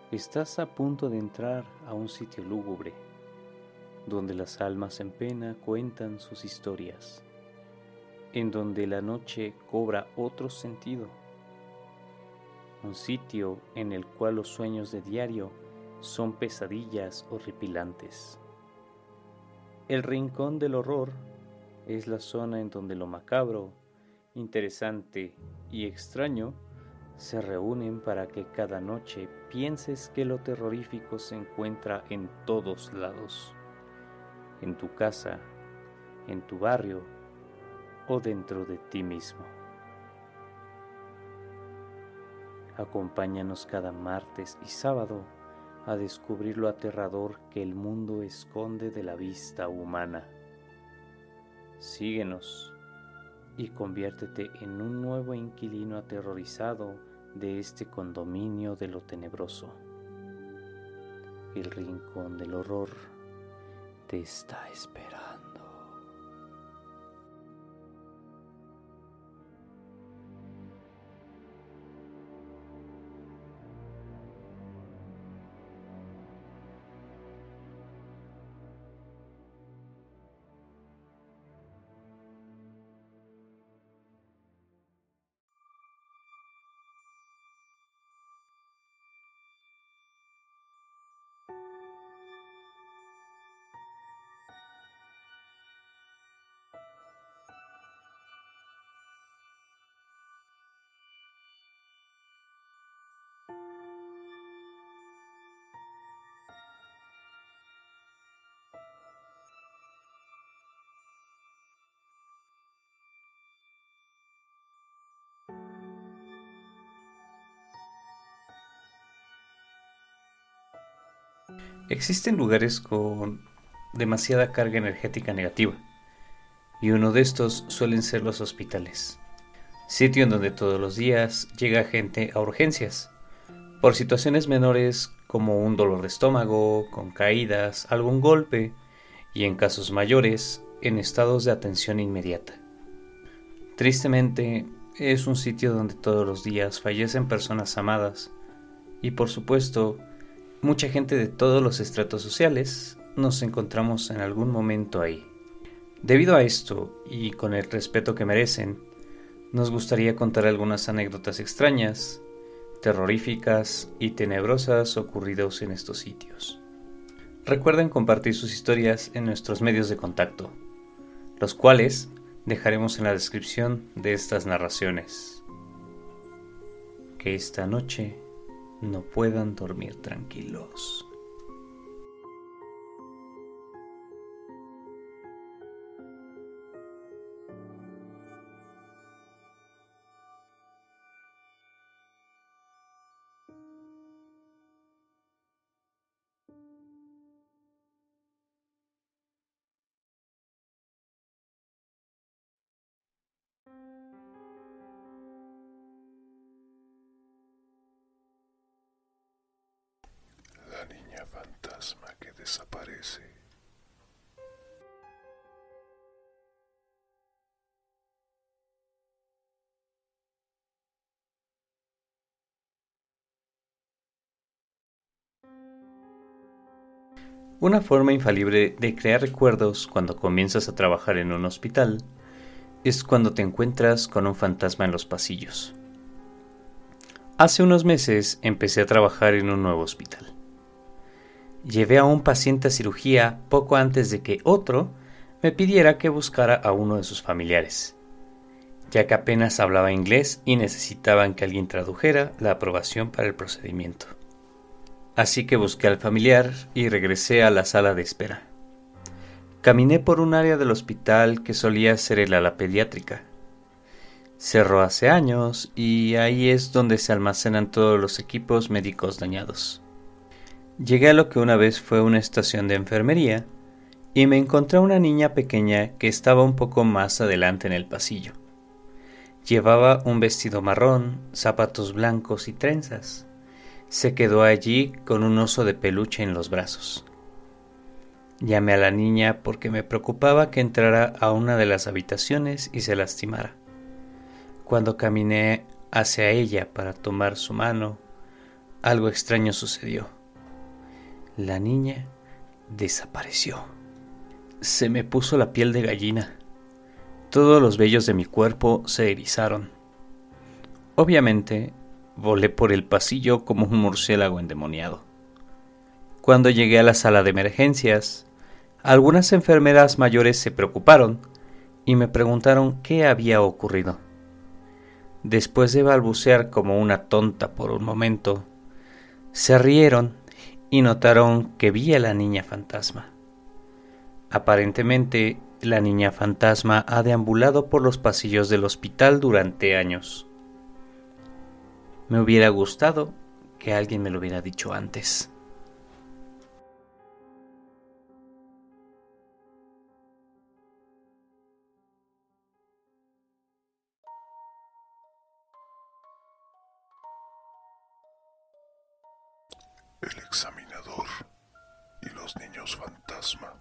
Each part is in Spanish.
Estás a punto de entrar a un sitio lúgubre, donde las almas en pena cuentan sus historias, en donde la noche cobra otro sentido, un sitio en el cual los sueños de diario son pesadillas horripilantes. El rincón del horror es la zona en donde lo macabro, interesante y extraño se reúnen para que cada noche pienses que lo terrorífico se encuentra en todos lados, en tu casa, en tu barrio o dentro de ti mismo. Acompáñanos cada martes y sábado a descubrir lo aterrador que el mundo esconde de la vista humana. Síguenos y conviértete en un nuevo inquilino aterrorizado de este condominio de lo tenebroso. El rincón del horror te está esperando. Existen lugares con demasiada carga energética negativa, y uno de estos suelen ser los hospitales, sitio en donde todos los días llega gente a urgencias, por situaciones menores como un dolor de estómago, con caídas, algún golpe, y en casos mayores, en estados de atención inmediata. Tristemente, es un sitio donde todos los días fallecen personas amadas, y por supuesto, mucha gente de todos los estratos sociales nos encontramos en algún momento ahí. Debido a esto, y con el respeto que merecen, nos gustaría contar algunas anécdotas extrañas, terroríficas y tenebrosas ocurridos en estos sitios. Recuerden compartir sus historias en nuestros medios de contacto, los cuales dejaremos en la descripción de estas narraciones. Que esta noche no puedan dormir tranquilos. La niña fantasma que desaparece. Una forma infalible de crear recuerdos cuando comienzas a trabajar en un hospital es cuando te encuentras con un fantasma en los pasillos. Hace unos meses empecé a trabajar en un nuevo hospital. Llevé a un paciente a cirugía poco antes de que otro me pidiera que buscara a uno de sus familiares, ya que apenas hablaba inglés y necesitaban que alguien tradujera la aprobación para el procedimiento. Así que busqué al familiar y regresé a la sala de espera. Caminé por un área del hospital que solía ser el ala pediátrica. Cerró hace años y ahí es donde se almacenan todos los equipos médicos dañados. Llegué a lo que una vez fue una estación de enfermería y me encontré a una niña pequeña que estaba un poco más adelante en el pasillo. Llevaba un vestido marrón, zapatos blancos y trenzas. Se quedó allí con un oso de peluche en los brazos. Llamé a la niña porque me preocupaba que entrara a una de las habitaciones y se lastimara. Cuando caminé hacia ella para tomar su mano, algo extraño sucedió. La niña desapareció. Se me puso la piel de gallina. Todos los vellos de mi cuerpo se erizaron. Obviamente, volé por el pasillo como un murciélago endemoniado. Cuando llegué a la sala de emergencias, algunas enfermeras mayores se preocuparon y me preguntaron qué había ocurrido. Después de balbucear como una tonta por un momento, se rieron y notaron que vi a la niña fantasma. Aparentemente, la niña fantasma ha deambulado por los pasillos del hospital durante años. Me hubiera gustado que alguien me lo hubiera dicho antes. El examinador y los niños fantasma.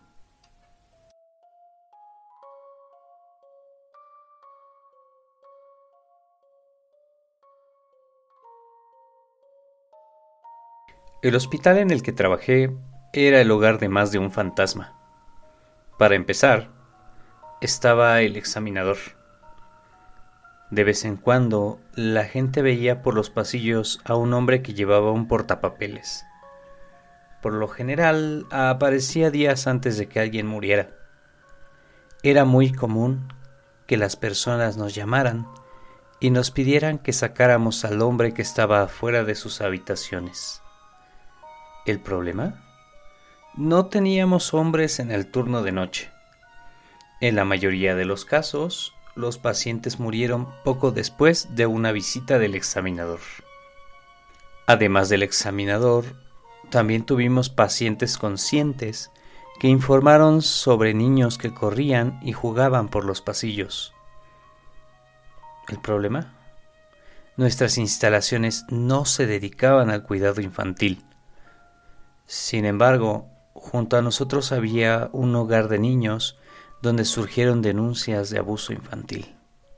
El hospital en el que trabajé era el hogar de más de un fantasma. Para empezar, estaba el examinador. De vez en cuando, la gente veía por los pasillos a un hombre que llevaba un portapapeles. Por lo general, aparecía días antes de que alguien muriera. Era muy común que las personas nos llamaran y nos pidieran que sacáramos al hombre que estaba afuera de sus habitaciones. ¿El problema? No teníamos hombres en el turno de noche. En la mayoría de los casos, los pacientes murieron poco después de una visita del examinador. Además del examinador, también tuvimos pacientes conscientes que informaron sobre niños que corrían y jugaban por los pasillos. ¿El problema? Nuestras instalaciones no se dedicaban al cuidado infantil. Sin embargo, junto a nosotros había un hogar de niños donde surgieron denuncias de abuso infantil.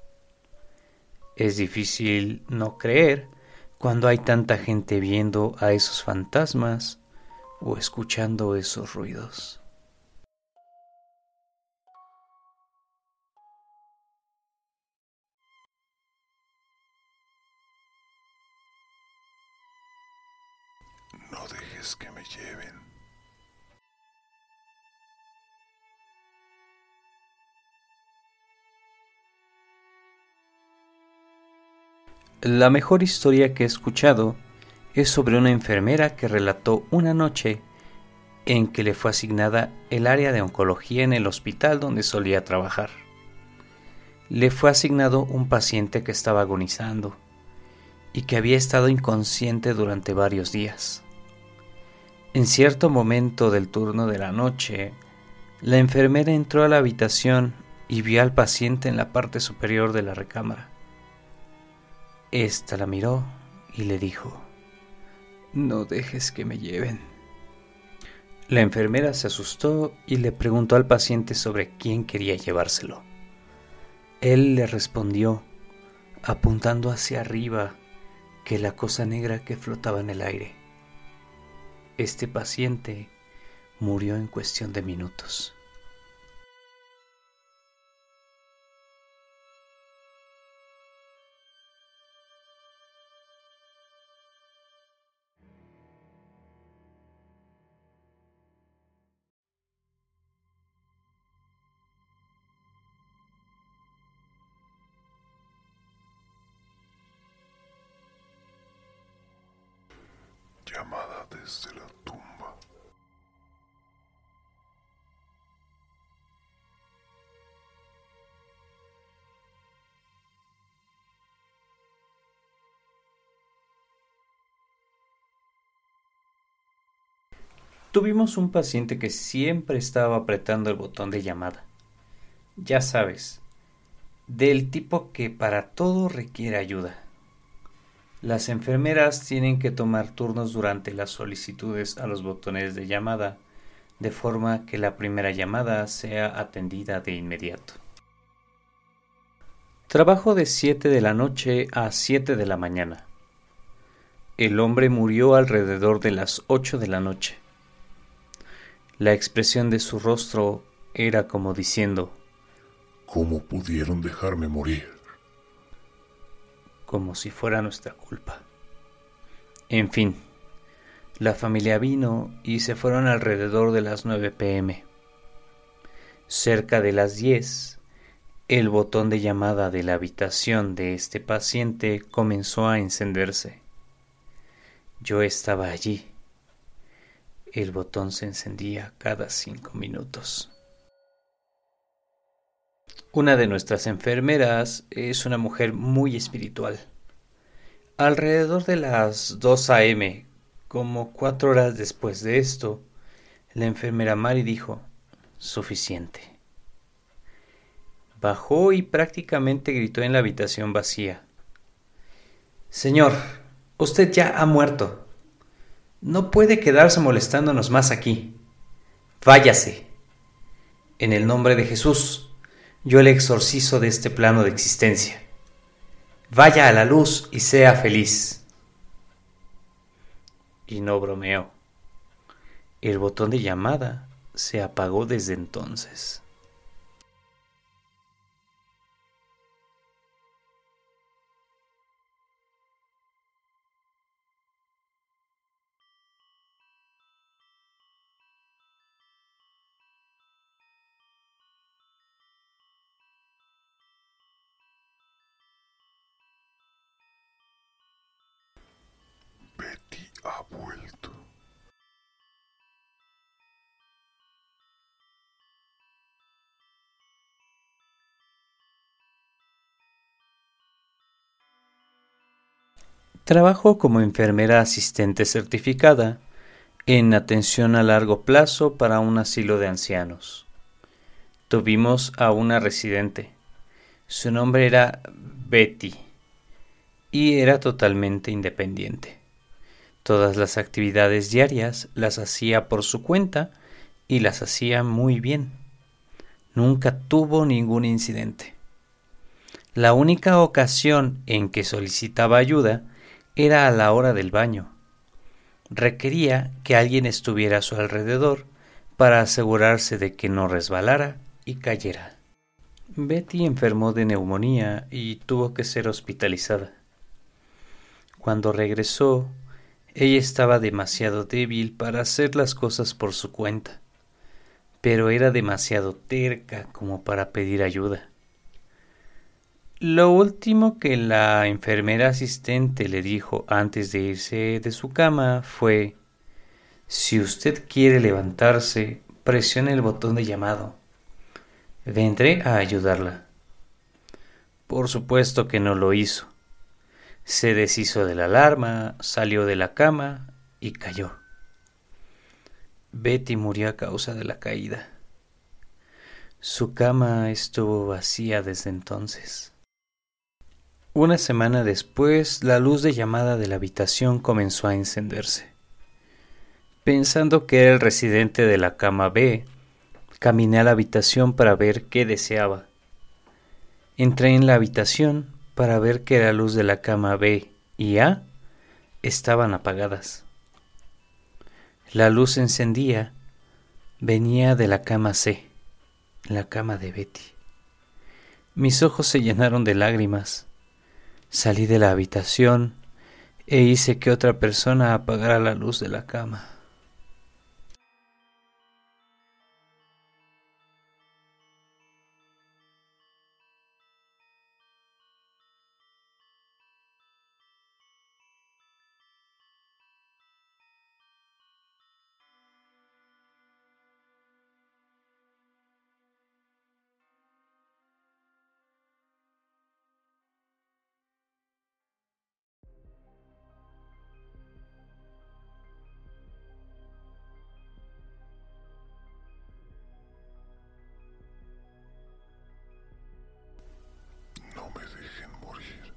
Es difícil no creer cuando hay tanta gente viendo a esos fantasmas o escuchando esos ruidos. No dejes que me lleven. La mejor historia que he escuchado es sobre una enfermera que relató una noche en que le fue asignada el área de oncología en el hospital donde solía trabajar. Le fue asignado un paciente que estaba agonizando y que había estado inconsciente durante varios días. En cierto momento del turno de la noche, la enfermera entró a la habitación y vio al paciente en la parte superior de la recámara. Esta la miró y le dijo: «No dejes que me lleven». La enfermera se asustó y le preguntó al paciente sobre quién quería llevárselo. Él le respondió, apuntando hacia arriba, que la cosa negra que flotaba en el aire. Este paciente murió en cuestión de minutos. Llamada desde la tumba. Tuvimos un paciente que siempre estaba apretando el botón de llamada. Ya sabes, del tipo que para todo requiere ayuda. Las enfermeras tienen que tomar turnos durante las solicitudes a los botones de llamada, de forma que la primera llamada sea atendida de inmediato. Trabajo de 7 de la noche a 7 de la mañana. El hombre murió alrededor de las 8 de la noche. La expresión de su rostro era como diciendo: ¿cómo pudieron dejarme morir? Como si fuera nuestra culpa. En fin, la familia vino y se fueron alrededor de las 9 p.m. Cerca de las 10, el botón de llamada de la habitación de este paciente comenzó a encenderse. Yo estaba allí. El botón se encendía cada 5 minutos. Una de nuestras enfermeras es una mujer muy espiritual. Alrededor de las 2 a.m., como 4 horas después de esto, la enfermera Mary dijo: suficiente. Bajó y prácticamente gritó en la habitación vacía: Señor, usted ya ha muerto. No puede quedarse molestándonos más aquí. Váyase. En el nombre de Jesús, yo le exorcizo de este plano de existencia. Vaya a la luz y sea feliz. Y no bromeo. El botón de llamada se apagó desde entonces. Betty ha vuelto. Trabajo como enfermera asistente certificada en atención a largo plazo para un asilo de ancianos. Tuvimos a una residente. Su nombre era Betty y era totalmente independiente. Todas las actividades diarias las hacía por su cuenta y las hacía muy bien. Nunca tuvo ningún incidente. La única ocasión en que solicitaba ayuda era a la hora del baño. Requería que alguien estuviera a su alrededor para asegurarse de que no resbalara y cayera. Betty enfermó de neumonía y tuvo que ser hospitalizada. Cuando regresó, ella estaba demasiado débil para hacer las cosas por su cuenta, pero era demasiado terca como para pedir ayuda. Lo último que la enfermera asistente le dijo antes de irse de su cama fue: si usted quiere levantarse, presione el botón de llamado. Vendré a ayudarla. Por supuesto que no lo hizo. Se deshizo de la alarma, salió de la cama y cayó. Betty murió a causa de la caída. Su cama estuvo vacía desde entonces. Una semana después, la luz de llamada de la habitación comenzó a encenderse. Pensando que era el residente de la cama B, caminé a la habitación para ver qué deseaba. Entré en la habitación para ver que la luz de la cama B y A estaban apagadas. La luz encendida venía de la cama C, la cama de Betty. Mis ojos se llenaron de lágrimas. Salí de la habitación e hice que otra persona apagara la luz de la cama. No me dejen morir.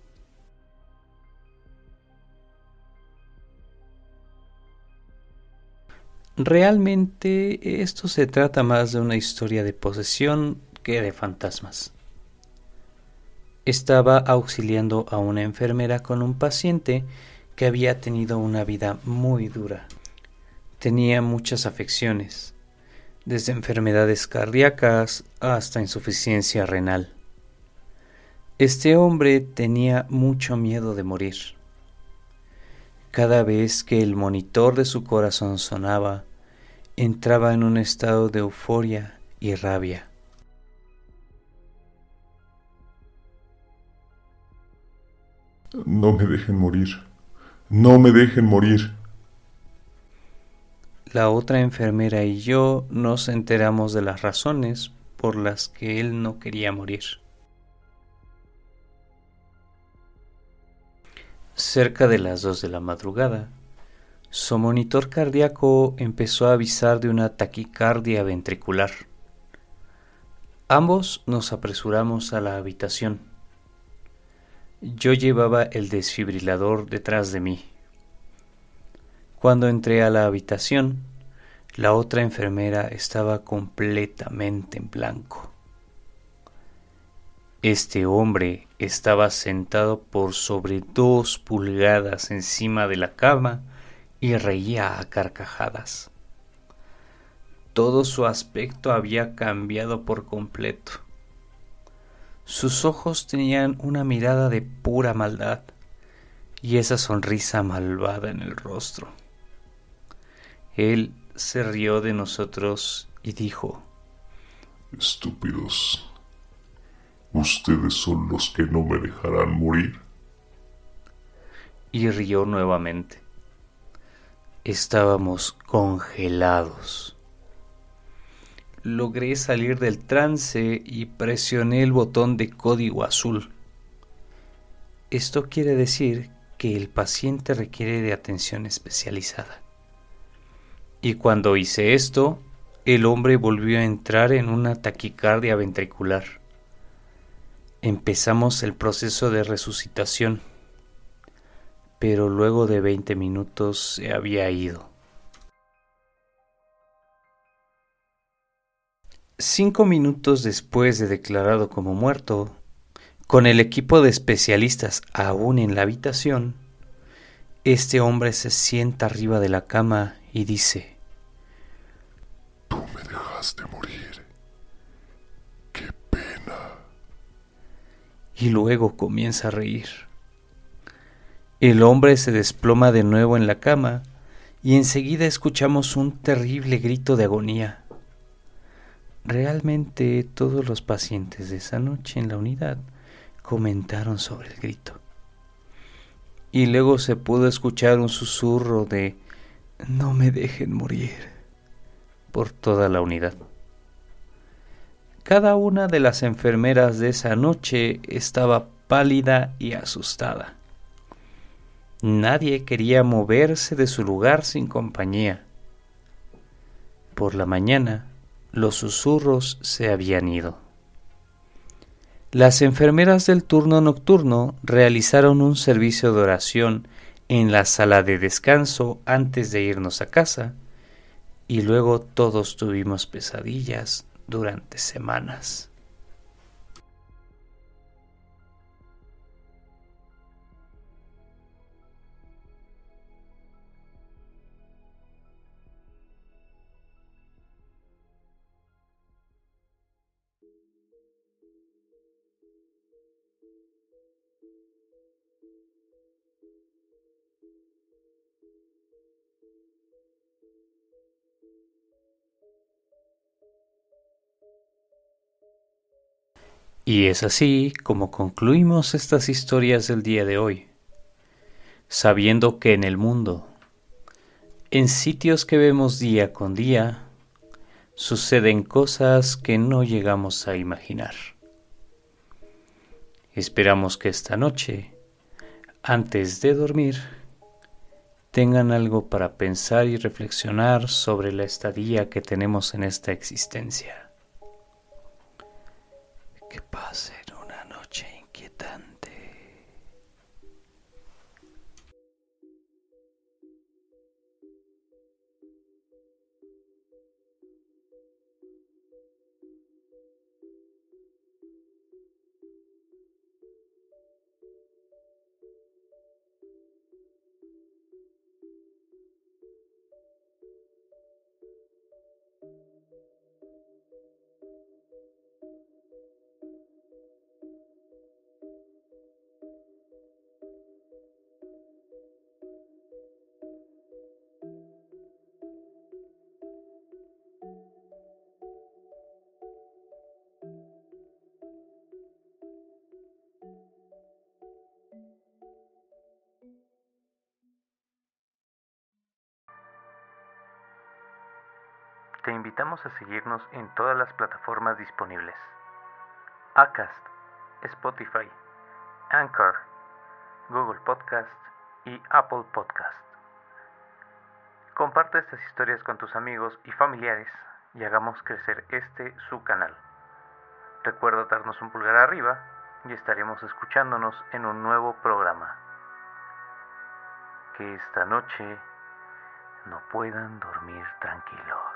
Realmente esto se trata más de una historia de posesión que de fantasmas. Estaba auxiliando a una enfermera con un paciente que había tenido una vida muy dura. Tenía muchas afecciones, desde enfermedades cardíacas hasta insuficiencia renal. Este hombre tenía mucho miedo de morir. Cada vez que el monitor de su corazón sonaba, entraba en un estado de euforia y rabia. No me dejen morir. No me dejen morir. La otra enfermera y yo nos enteramos de las razones por las que él no quería morir. Cerca de las 2 de la madrugada, su monitor cardíaco empezó a avisar de una taquicardia ventricular. Ambos nos apresuramos a la habitación. Yo llevaba el desfibrilador detrás de mí. Cuando entré a la habitación, la otra enfermera estaba completamente en blanco. Este hombre estaba sentado por sobre 2 pulgadas encima de la cama y reía a carcajadas. Todo su aspecto había cambiado por completo. Sus ojos tenían una mirada de pura maldad y esa sonrisa malvada en el rostro. Él se rió de nosotros y dijo: Estúpidos. Ustedes son los que no me dejarán morir. Y rió nuevamente. Estábamos congelados. Logré salir del trance y presioné el botón de código azul. Esto quiere decir que el paciente requiere de atención especializada. Y cuando hice esto, el hombre volvió a entrar en una taquicardia ventricular. Empezamos el proceso de resucitación, pero luego de 20 minutos se había ido. 5 minutos después de declarado como muerto, con el equipo de especialistas aún en la habitación, este hombre se sienta arriba de la cama y dice: Tú me dejaste morir. ¡Qué pena! Y luego comienza a reír. El hombre se desploma de nuevo en la cama y enseguida escuchamos un terrible grito de agonía. Realmente todos los pacientes de esa noche en la unidad comentaron sobre el grito. Y luego se pudo escuchar un susurro de "no me dejen morir" por toda la unidad. Cada una de las enfermeras de esa noche estaba pálida y asustada. Nadie quería moverse de su lugar sin compañía. Por la mañana, los susurros se habían ido. Las enfermeras del turno nocturno realizaron un servicio de oración en la sala de descanso antes de irnos a casa, y luego todos tuvimos pesadillas durante semanas. Y es así como concluimos estas historias del día de hoy, sabiendo que en el mundo, en sitios que vemos día con día, suceden cosas que no llegamos a imaginar. Esperamos que esta noche, antes de dormir, tengan algo para pensar y reflexionar sobre la estadía que tenemos en esta existencia. Que pasen una noche inquietante. Te invitamos a seguirnos en todas las plataformas disponibles: Acast, Spotify, Anchor, Google Podcast y Apple Podcast. Comparte estas historias con tus amigos y familiares y hagamos crecer su canal. Recuerda darnos un pulgar arriba y estaremos escuchándonos en un nuevo programa. Que esta noche no puedan dormir tranquilos.